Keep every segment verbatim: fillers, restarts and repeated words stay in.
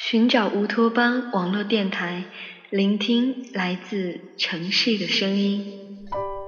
寻找乌托邦网络电台，聆听来自城市的声音。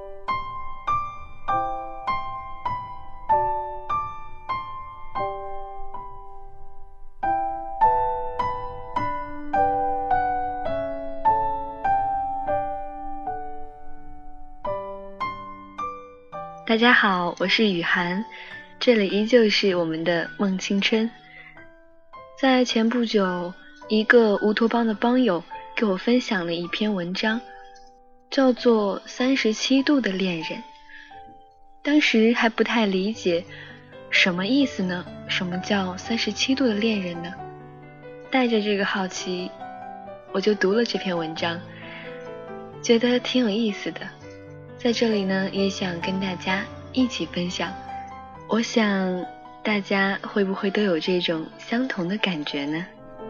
大家好，我是雨涵，这里依旧是我们的梦青春。在前不久，一个乌托邦的邦友给我分享了一篇文章，叫做《三十七度的恋人》。当时还不太理解什么意思呢？什么叫三十七度的恋人呢？带着这个好奇，我就读了这篇文章，觉得挺有意思的。在这里呢，也想跟大家一起分享。我想大家会不会都有这种相同的感觉呢？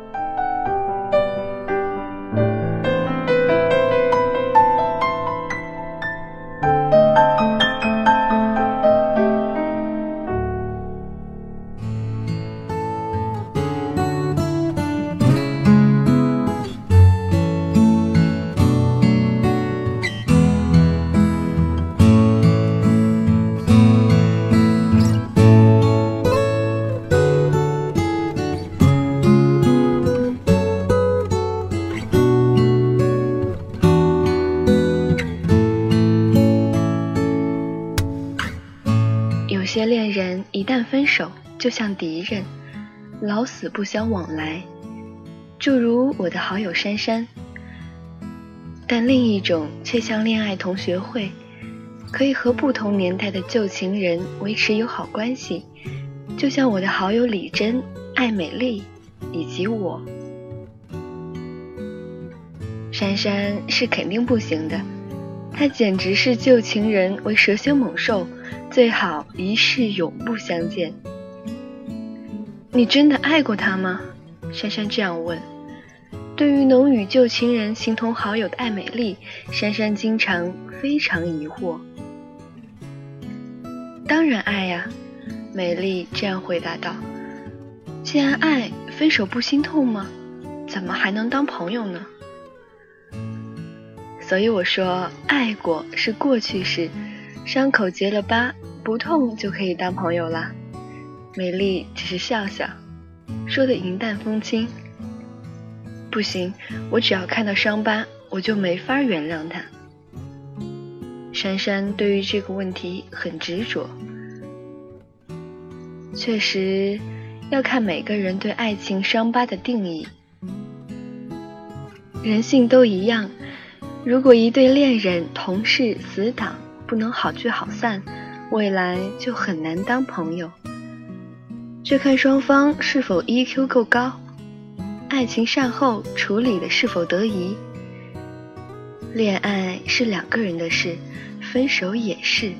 有些恋人一旦分手，就像敌人，老死不相往来，诸如我的好友珊珊。但另一种却像恋爱同学会，可以和不同年代的旧情人维持友好关系，就像我的好友李珍、艾美丽以及我。珊珊是肯定不行的，她简直是旧情人为蛇蝎猛兽，最好一世永不相见。你真的爱过他吗？珊珊这样问。对于能与旧情人形同好友的艾美丽，珊珊经常非常疑惑。当然爱呀，美丽这样回答道。既然爱，分手不心痛吗？怎么还能当朋友呢？所以我说，爱过是过去式，伤口结了疤，不痛就可以当朋友啦。美丽只是笑笑，说得云淡风轻。不行，我只要看到伤疤，我就没法原谅他。珊珊对于这个问题很执着。确实，要看每个人对爱情伤疤的定义。人性都一样，如果一对恋人同是死党，不能好聚好散，未来就很难当朋友。这看双方是否 E Q 够高，爱情善后处理的是否得宜。恋爱是两个人的事，分手也是。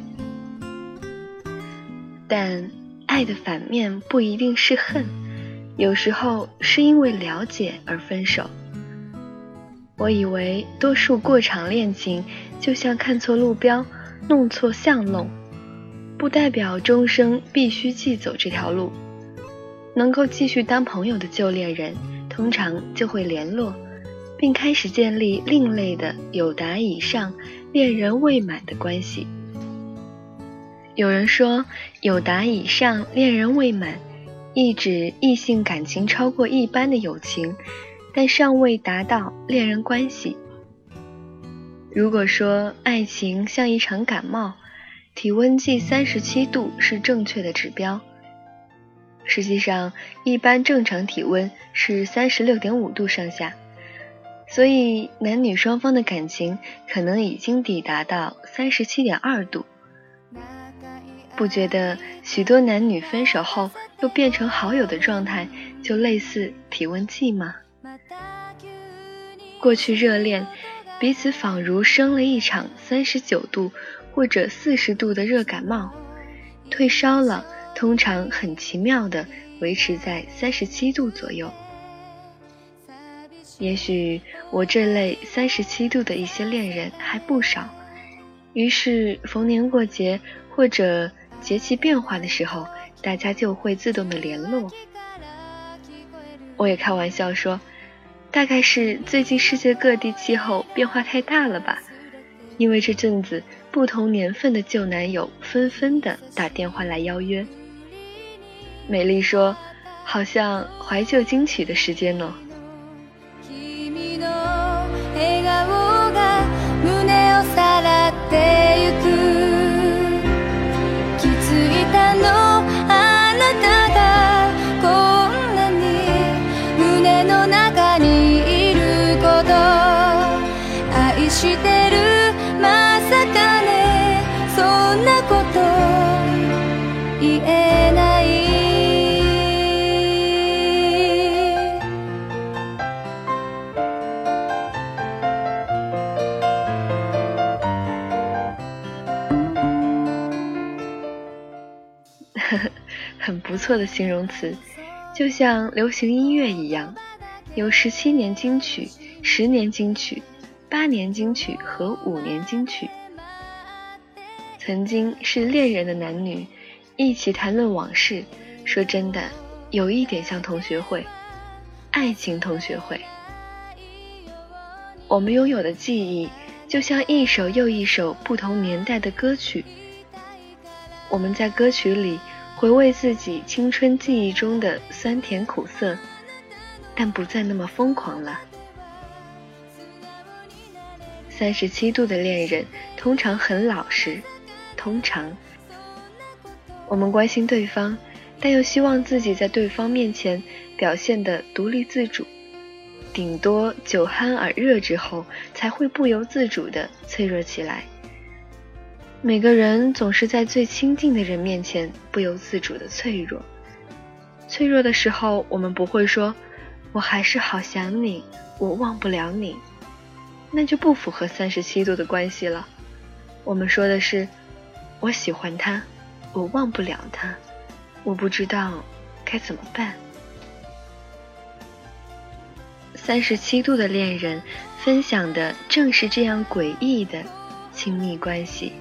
但爱的反面不一定是恨，有时候是因为了解而分手。我以为多数过场恋情就像看错路标，弄错巷弄，不代表终生必须继走这条路。能够继续当朋友的旧恋人，通常就会联络，并开始建立另类的友达以上、恋人未满的关系。有人说，友达以上、恋人未满，意指异性感情超过一般的友情，但尚未达到恋人关系。如果说爱情像一场感冒，体温计三十七度是正确的指标。实际上，一般正常体温是 三十六点五度上下，所以男女双方的感情可能已经抵达到 三十七点二度。不觉得许多男女分手后又变成好友的状态就类似体温计吗？过去热恋，彼此仿如生了一场三十九度或者四十度的热感冒，退烧了，通常很奇妙地维持在三十七度左右。也许我这类三十七度的一些恋人还不少，于是逢年过节或者节气变化的时候，大家就会自动的联络。 我也开玩笑说，大概是最近世界各地气候变化太大了吧，因为这阵子不同年份的旧男友纷纷的打电话来邀约。美丽说，好像怀旧金曲的时间呢。很不错的形容词，就像流行音乐一样，有十七年金曲、十年金曲、八年金曲和五年金曲。曾经是恋人的男女一起谈论往事，说真的，有一点像同学会，爱情同学会。我们拥有的记忆就像一首又一首不同年代的歌曲，我们在歌曲里回味自己青春记忆中的酸甜苦涩，但不再那么疯狂了。三十七度的恋人通常很老实，通常我们关心对方，但又希望自己在对方面前表现得独立自主，顶多酒酣耳热之后才会不由自主地脆弱起来。每个人总是在最亲近的人面前不由自主的脆弱。脆弱的时候，我们不会说我还是好想你，我忘不了你，那就不符合三十七度的关系了。我们说的是我喜欢他，我忘不了他，我不知道该怎么办。三十七度的恋人分享的正是这样诡异的亲密关系。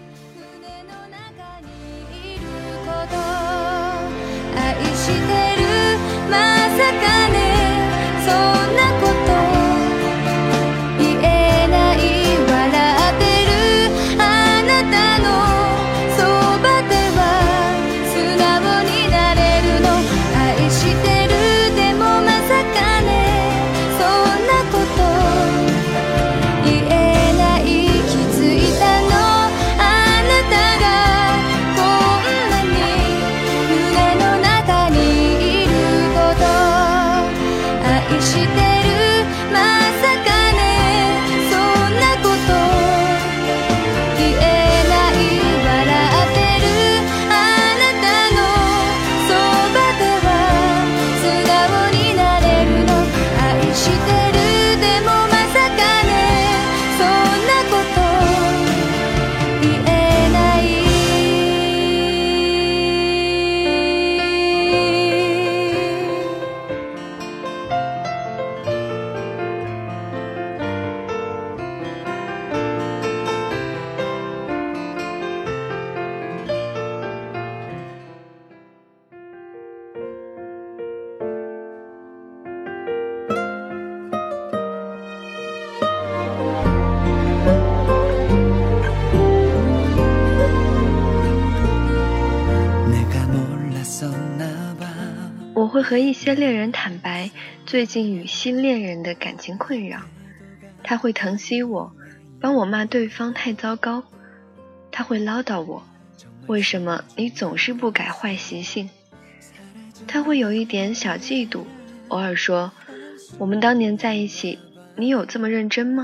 我会和一些恋人坦白最近与新恋人的感情困扰，他会疼惜我，帮我骂对方太糟糕，他会唠叨我，为什么你总是不改坏习性，他会有一点小嫉妒，偶尔说我们当年在一起，你有这么认真吗？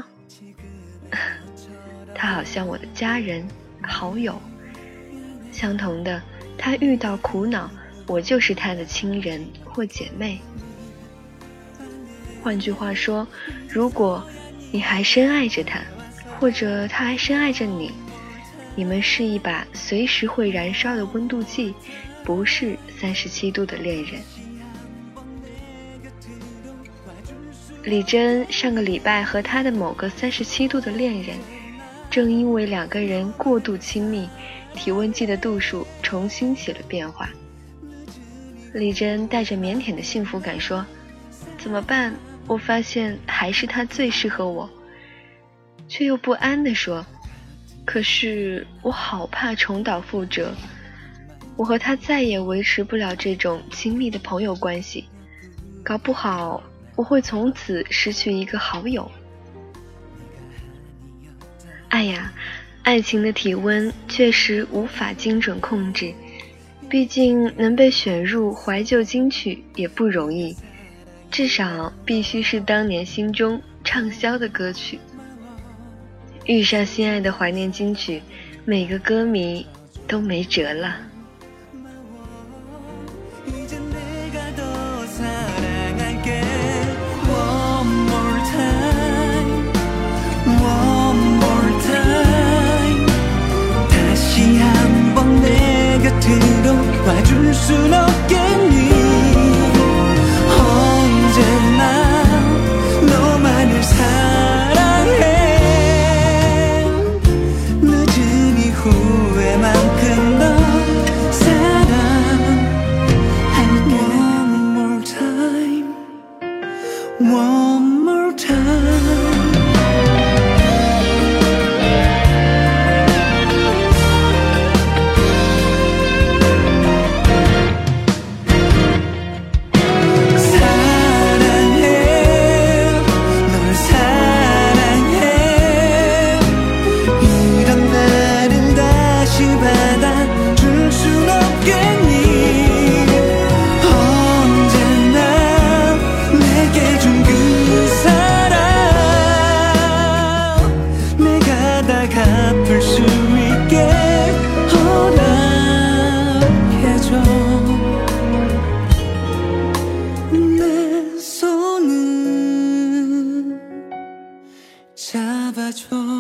他好像我的家人好友，相同的，他遇到苦恼，我就是他的亲人或姐妹。换句话说，如果你还深爱着他，或者他还深爱着你，你们是一把随时会燃烧的温度计，不是三十七度的恋人。李珍上个礼拜和她的某个三十七度的恋人，正因为两个人过度亲密，体温计的度数重新起了变化。李珍带着腼腆的幸福感说， 怎么办？我发现还是他最适合我，却又不安地说，可是我好怕重蹈覆辙，我和他再也维持不了这种亲密的朋友关系，搞不好我会从此失去一个好友。哎呀，爱情的体温确实无法精准控制，毕竟能被选入怀旧金曲也不容易，至少必须是当年心中畅销的歌曲。遇上心爱的怀念金曲，每个歌迷都没辙了。 One more time 잡아줘